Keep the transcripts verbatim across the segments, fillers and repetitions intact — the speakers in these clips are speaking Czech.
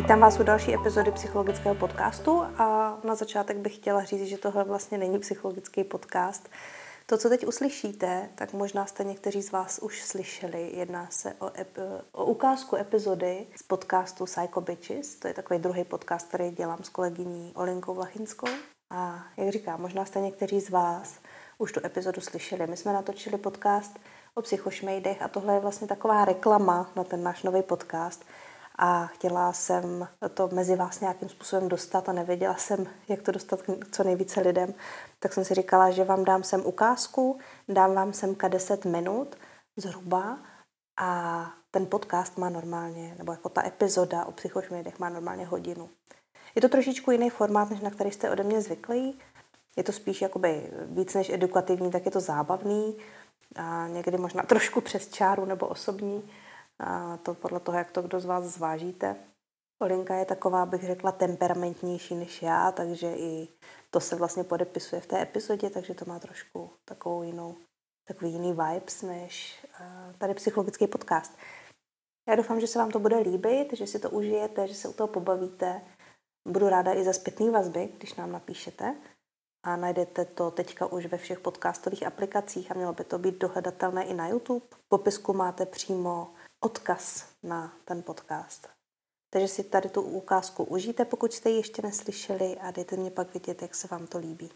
Vítám vás u další epizody psychologického podcastu a na začátek bych chtěla říct, že tohle vlastně není psychologický podcast. To, co teď uslyšíte, tak možná jste někteří z vás už slyšeli. Jedná se o, ep- o ukázku epizody z podcastu Psycho Bitches. To je takový druhý podcast, který dělám s kolegyní Olenkou Vlachinskou. A jak říkám, možná jste někteří z vás už tu epizodu slyšeli. My jsme natočili podcast o psychošmejdech a tohle je vlastně taková reklama na ten náš nový podcast. A chtěla jsem to mezi vás nějakým způsobem dostat a nevěděla jsem, jak to dostat k co nejvíce lidem. Tak jsem si říkala, že vám dám sem ukázku, dám vám semka deset minut zhruba a ten podcast má normálně, nebo jako ta epizoda o psychošmejdech má normálně hodinu. Je to trošičku jiný formát, než na který jste ode mě zvyklí. Je to spíš jakoby víc než edukativní, tak je to zábavný a někdy možná trošku přes čáru nebo osobní. A to podle toho, jak to kdo z vás zvážíte. Olinka je taková, bych řekla, temperamentnější než já, takže i to se vlastně podepisuje v té epizodě, takže to má trošku takovou jinou, takový jiný vibes než tady psychologický podcast. Já doufám, že se vám to bude líbit, že si to užijete, že se u toho pobavíte. Budu ráda i za zpětný vazby, když nám napíšete. A najdete to teďka už ve všech podcastových aplikacích a mělo by to být dohledatelné i na YouTube. V popisku máte přímo odkaz na ten podcast. Takže si tady tu ukázku užijte, pokud jste ji ještě neslyšeli a dejte mě pak vidět, jak se vám to líbí.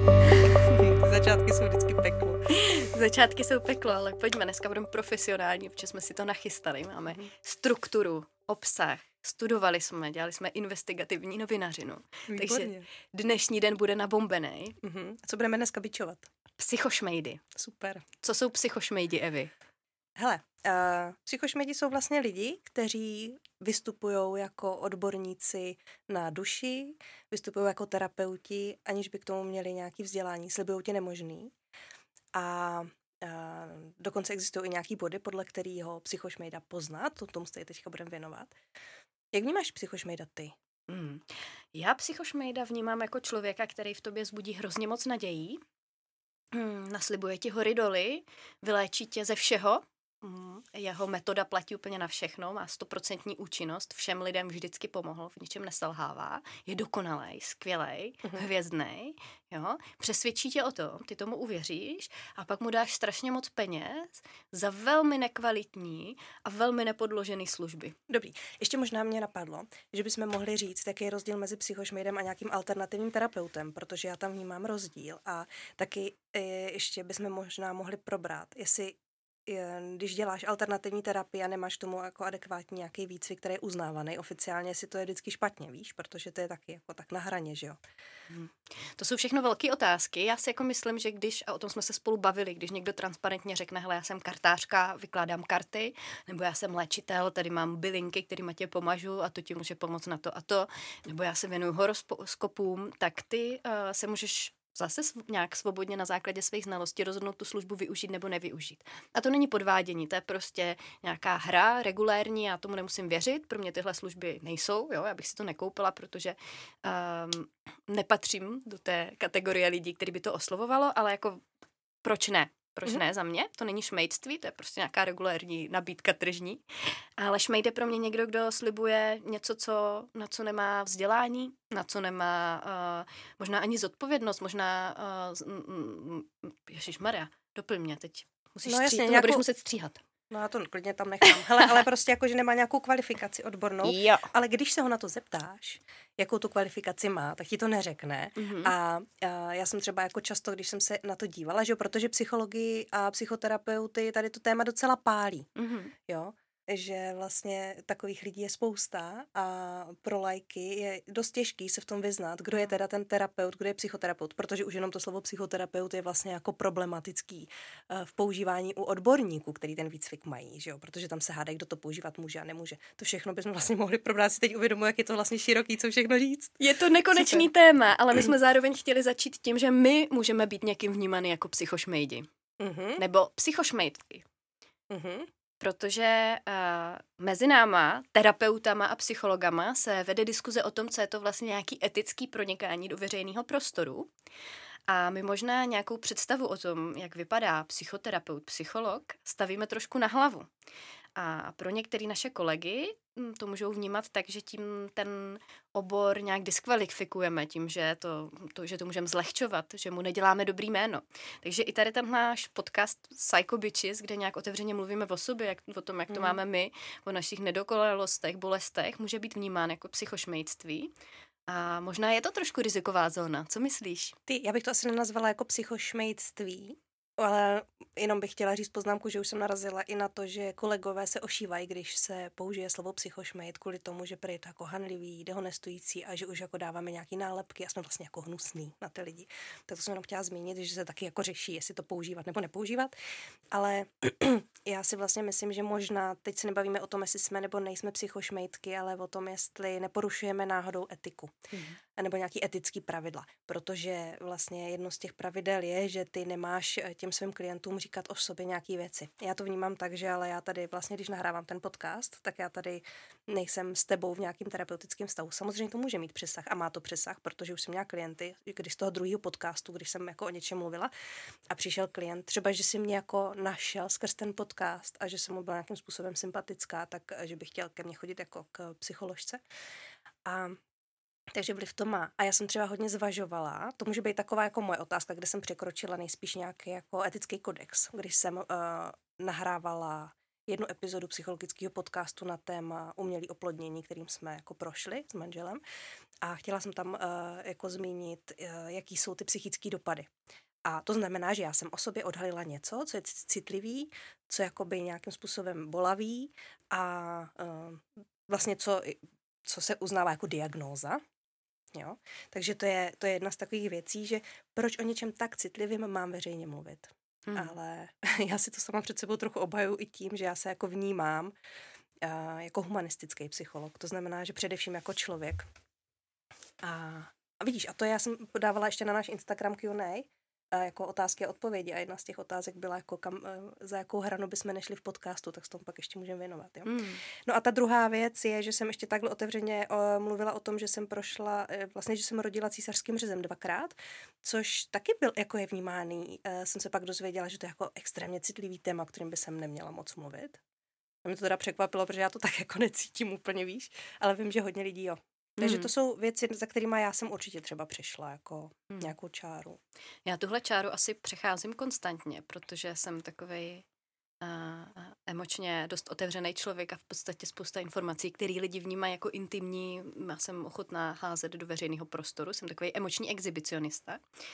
Začátky jsou vždycky peklo. Začátky jsou peklo, ale pojďme, dneska budeme profesionální, protože jsme si to nachystali. Máme strukturu, obsah, studovali jsme, dělali jsme investigativní novinařinu. Výborně. Takže dnešní den bude nabombený. Uh-huh. A co budeme dneska bičovat? Psychošmejdy. Super. Co jsou psychošmejdy, Evi? Hele, uh, psychošmejdi jsou vlastně lidi, kteří vystupují jako odborníci na duši, vystupují jako terapeuti, aniž by k tomu měli nějaké vzdělání, slibují ti nemožný. A uh, dokonce existují i nějaký body, podle kterého psychošmejda poznat, to tomu se teďka budeme věnovat. Jak vnímáš psychošmejda ty? Hmm. Já psychošmejda vnímám jako člověka, který v tobě zbudí hrozně moc nadějí, hmm, naslibuje ti hory doly, vyléčí tě ze všeho. Mm, jeho metoda platí úplně na všechno, má stoprocentní účinnost, všem lidem vždycky pomohl, v ničem neselhává, je dokonalej, skvělej, uh-huh. hvězdnej, jo, přesvědčí tě o tom, ty tomu uvěříš a pak mu dáš strašně moc peněz za velmi nekvalitní a velmi nepodložený služby. Dobrý, ještě možná mě napadlo, že bychom mohli říct, jaký je rozdíl mezi psychošmejdem a nějakým alternativním terapeutem, protože já tam vnímám rozdíl a taky e, ještě bychom možná mohli probrat, jestli když děláš alternativní terapii a nemáš tomu jako adekvátní nějaký výcvik, který je uznávaný oficiálně, si to je vždycky špatně, víš, protože to je taky jako tak na hraně, že jo. Hmm. To jsou všechno velké otázky. Já si jako myslím, že když, a o tom jsme se spolu bavili, když někdo transparentně řekne, hele, já jsem kartářka, vykládám karty, nebo já jsem léčitel, tady mám bylinky, kterýma tě pomažu a to ti může pomoct na to a to, nebo já se věnuju horoskopům, tak ty uh, se můžeš zase nějak svobodně na základě svých znalostí rozhodnout tu službu využít nebo nevyužít. A to není podvádění, to je prostě nějaká hra, regulérní, já tomu nemusím věřit, pro mě tyhle služby nejsou, jo, já bych si to nekoupila, protože um, nepatřím do té kategorie lidí, který by to oslovovalo, ale jako proč ne? Proč ne za mě? To není šmejdství, to je prostě nějaká regulérní nabídka tržní. Ale šmejd je pro mě někdo, kdo slibuje něco, co, na co nemá vzdělání, na co nemá uh, možná ani zodpovědnost, možná... Uh, mm, ježišmarja, doplň mě teď. Musíš no jasně, stříhat, nějakou... budeš muset stříhat. No já to klidně tam nechám. Hele, ale prostě jako, že nemá nějakou kvalifikaci odbornou. Jo. Ale když se ho na to zeptáš, jakou tu kvalifikaci má, tak ti to neřekne. Mm-hmm. A, a já jsem třeba jako často, když jsem se na to dívala, že jo, protože psychologii a psychoterapeuty tady to téma docela pálí. Mm-hmm. Jo. Že vlastně takových lidí je spousta a pro lajky je dost těžký se v tom vyznat, kdo je teda ten terapeut, kdo je psychoterapeut, protože už jenom to slovo psychoterapeut je vlastně jako problematický v používání u odborníků, který ten výcvik mají, že jo? Protože tam se hádají, kdo to používat může a nemůže. To všechno bychom vlastně mohli probrat, si teď uvědomuji, jak je to vlastně široký, co všechno říct. Je to nekonečný Super. téma, ale my jsme zároveň chtěli začít tím, že my můžeme být někým vnímaný jako psychošmejdi. Mm-hmm. Nebo psychošmejdky. Mm-hmm. Protože uh, mezi náma, terapeutama a psychologama se vede diskuze o tom, co je to vlastně nějaký etický pronikání do veřejného prostoru. A my možná nějakou představu o tom, jak vypadá psychoterapeut, psycholog, stavíme trošku na hlavu. A pro některé naše kolegy to můžou vnímat tak, že tím ten obor nějak diskvalifikujeme tím, že to, to, že to můžeme zlehčovat, že mu neděláme dobrý jméno. Takže i tady ten náš podcast Psycho Bitches, kde nějak otevřeně mluvíme o sobě, jak, o tom, jak to mm. máme my, o našich nedokonalostech, bolestech, může být vnímán jako psychošmejství. A možná je to trošku riziková zóna. Co myslíš? Ty, já bych to asi nenazvala jako psychošmejství, ale jenom bych chtěla říct poznámku, že už jsem narazila i na to, že kolegové se ošívají, když se použije slovo psychošmejt kvůli tomu, že prý je to jako hanlivý, dehonestující a že už jako dáváme nějaký nálepky a jsme vlastně jako hnusný na ty lidi. Tak to jsem jenom chtěla zmínit, že se taky jako řeší, jestli to používat nebo nepoužívat, ale já si vlastně myslím, že možná teď se nebavíme o tom, jestli jsme nebo nejsme psychošmejtky, ale o tom, jestli neporušujeme náhodou etiku. Mm. Nebo nějaký etický pravidla, protože vlastně jedno z těch pravidel je, že ty nemáš těm svým klientům říkat o sobě nějaký věci. Já to vnímám tak, že ale já tady vlastně, když nahrávám ten podcast, tak já tady nejsem s tebou v nějakým terapeutickém stavu. Samozřejmě to může mít přesah a má to přesah, protože už jsem měla klienty, když z toho druhého podcastu, když jsem jako o něčem mluvila a přišel klient, třeba, že si mě jako našel skrz ten podcast a že jsem mu byla nějakým způsobem sympatická, tak že bych chtěl ke mně chodit jako k psycholožce. A takže vliv to má. A já jsem třeba hodně zvažovala, to může být taková jako moje otázka, kde jsem překročila nejspíš nějaký jako etický kodex, když jsem uh, nahrávala jednu epizodu psychologického podcastu na téma umělé oplodnění, kterým jsme jako prošli s manželem. A chtěla jsem tam uh, jako zmínit, uh, jaký jsou ty psychické dopady. A to znamená, že já jsem o sobě odhalila něco, co je citlivý, co jakoby nějakým způsobem bolavý a uh, vlastně co, co se uznává jako diagnóza. Jo? Takže to je, to je jedna z takových věcí, že proč o něčem tak citlivým mám veřejně mluvit. Hmm. Ale já si to sama před sebou trochu obhaju i tím, že já se jako vnímám uh, jako humanistický psycholog. To znamená, že především jako člověk. A, a vidíš, a to já jsem podávala ještě na náš Instagram Q and A, jako otázky a odpovědi a jedna z těch otázek byla, jako kam, za jakou hranu bychom nešli v podcastu, tak s tom pak ještě můžeme věnovat. Jo? Mm. No a ta druhá věc je, že jsem ještě takhle otevřeně uh, mluvila o tom, že jsem prošla, uh, vlastně, že jsem rodila císařským řezem dvakrát, což taky byl, jako je vnímaný. Uh, jsem se pak dozvěděla, že to je jako extrémně citlivý téma, o kterým by jsem neměla moc mluvit. A mě to teda překvapilo, protože já to tak jako necítím úplně, víš, ale vím, že hodně lidí jo. Takže to jsou věci, za kterými já jsem určitě třeba přešla jako hmm. nějakou čáru. Já tuhle čáru asi přecházím konstantně, protože jsem takovej uh, emočně dost otevřený člověk a v podstatě spousta informací, které lidi vnímají jako intimní, já jsem ochotná házet do veřejného prostoru, jsem takový emoční exhibicionista.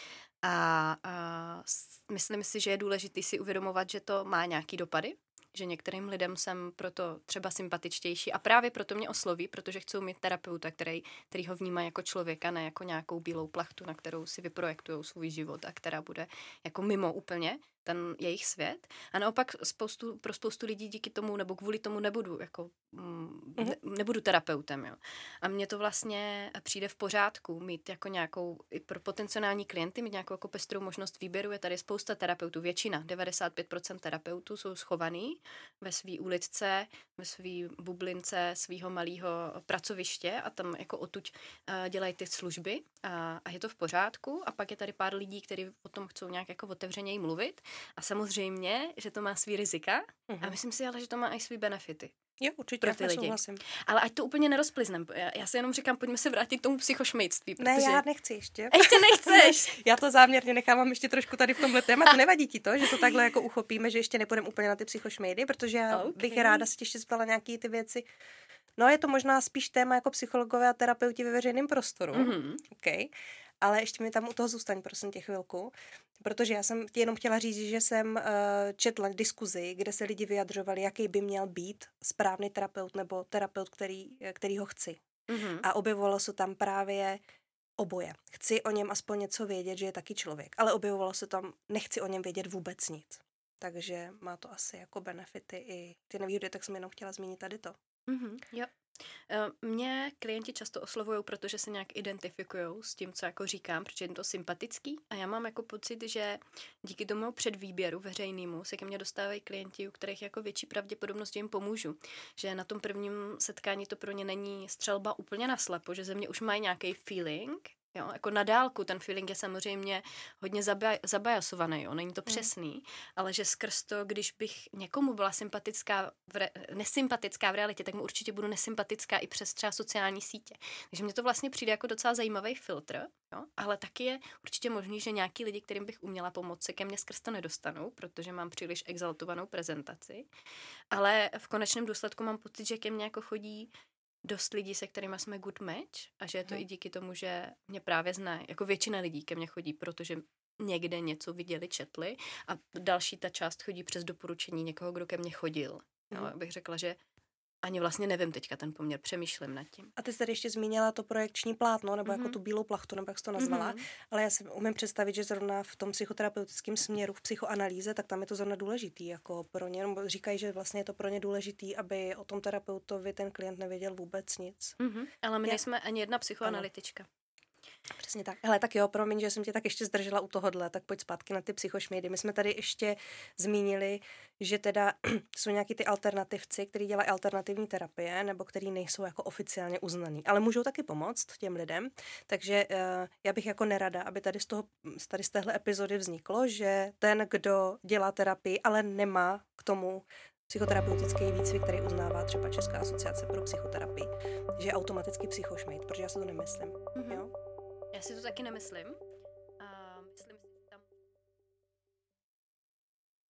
A uh, myslím si, že je důležité si uvědomovat, že to má nějaký dopady, že některým lidem jsem proto třeba sympatičtější a právě proto mě osloví, protože chcou mít terapeuta, který, který ho vnímá jako člověka, ne jako nějakou bílou plachtu, na kterou si vyprojektujou svůj život a která bude jako mimo úplně ten jejich svět. A naopak spoustu, pro spoustu lidí díky tomu nebo kvůli tomu nebudu jako mm, ne, nebudu terapeutem. Jo. A mně to vlastně přijde v pořádku mít jako nějakou, i pro potenciální klienty, mít nějakou jako pestrou možnost výběru. Je tady spousta terapeutů, většina, devadesát pět procent terapeutů jsou schovaný ve svý uličce, ve svý bublince svýho malého pracoviště a tam jako odtud uh, dělají ty služby a, a je to v pořádku. A pak je tady pár lidí, kteří o tom chcou nějak jako otevřeněji mluvit. A samozřejmě, že to má svý rizika uh-huh. a myslím si ale, že to má i svý benefity. Jo, určitě, pro ty lidi. Souhlasím. Ale ať to úplně nerozpliznem. Já, já si jenom říkám, pojďme se vrátit k tomu psychošmejtství. Protože... Ne, já nechci ještě. Ještě nechceš. Já to záměrně nechávám ještě trošku tady v tomhle tématu. Nevadí ti to, že to takhle jako uchopíme, že ještě nepůjdeme úplně na ty psychošmejdy, protože já okay. bych ráda si ještě zeptala nějaký ty věci. No, je to možná spíš téma jako psychologové a terapeuti ve veřejném prostoru. Mm-hmm. Okay. Ale ještě mi tam u toho zůstaň, prosím tě chvilku, protože já jsem ti jenom chtěla říct, že jsem uh, četla diskuzi, kde se lidi vyjadřovali, jaký by měl být správný terapeut nebo terapeut, který, který ho chci. Mm-hmm. A objevovalo se tam právě oboje. Chci o něm aspoň něco vědět, že je taky člověk, ale objevovalo se tam, nechci o něm vědět vůbec nic. Takže má to asi jako benefity i ty nevýhody, tak jsem jenom chtěla zmínit tady to. Mm-hmm, jo. Mě klienti často oslovují, protože se nějak identifikují s tím, co jako říkám, protože je to sympatický a já mám jako pocit, že díky tomu předvýběru veřejnému se ke mně dostávají klienti, u kterých jako větší pravděpodobnost, že jim pomůžu. Že na tom prvním setkání to pro ně není střelba úplně naslepo, že ze mě už mají nějaký feeling, Jo, jako na dálku ten feeling je samozřejmě hodně zabaj, zabajasovaný, jo, není to přesný, mm. ale že skrz to, když bych někomu byla sympatická, v re, nesympatická v realitě, tak mu určitě budu nesympatická i přes třeba sociální sítě. Takže mně to vlastně přijde jako docela zajímavý filtr, jo, ale taky je určitě možný, že nějaký lidi, kterým bych uměla pomoci, ke mně skrz to nedostanou, protože mám příliš exaltovanou prezentaci, ale v konečném důsledku mám pocit, že ke mně jako chodí dost lidí, se kterými jsme good match a že je to hmm. i díky tomu, že mě právě znají. Jako většina lidí ke mně chodí, protože někde něco viděli, četli a další ta část chodí přes doporučení někoho, kdo ke mně chodil. Hmm. Jo, bych řekla, že ani vlastně nevím teďka ten poměr, přemýšlím nad tím. A ty jsi tady ještě zmínila to projekční plátno, nebo mm-hmm. jako tu bílou plachtu, nebo jak jsi to nazvala, mm-hmm. ale já si umím představit, že zrovna v tom psychoterapeutickém směru, v psychoanalýze, tak tam je to zrovna důležitý, jako pro ně, nebo říkají, že vlastně je to pro ně důležitý, aby o tom terapeutovi ten klient nevěděl vůbec nic. Mm-hmm. Ale my nejsme ani jedna psychoanalytička. Ano. Přesně tak. Hele, tak jo, promiň, že jsem tě tak ještě zdržela u tohohle, tak pojď zpátky na ty psychošmejdy. My jsme tady ještě zmínili, že teda jsou nějaký ty alternativci, kteří dělají alternativní terapie, nebo který nejsou jako oficiálně uznaný, ale můžou taky pomoct těm lidem. Takže uh, já bych jako nerada, aby tady z toho, tady z téhle epizody vzniklo, že ten, kdo dělá terapii, ale nemá k tomu psychoterapeutický výcvik, který uznává třeba Česká asociace pro psychoterapii, že je automaticky psychošmejd, protože já si to nemyslím. Mm-hmm. Jo? Já si to taky nemyslím.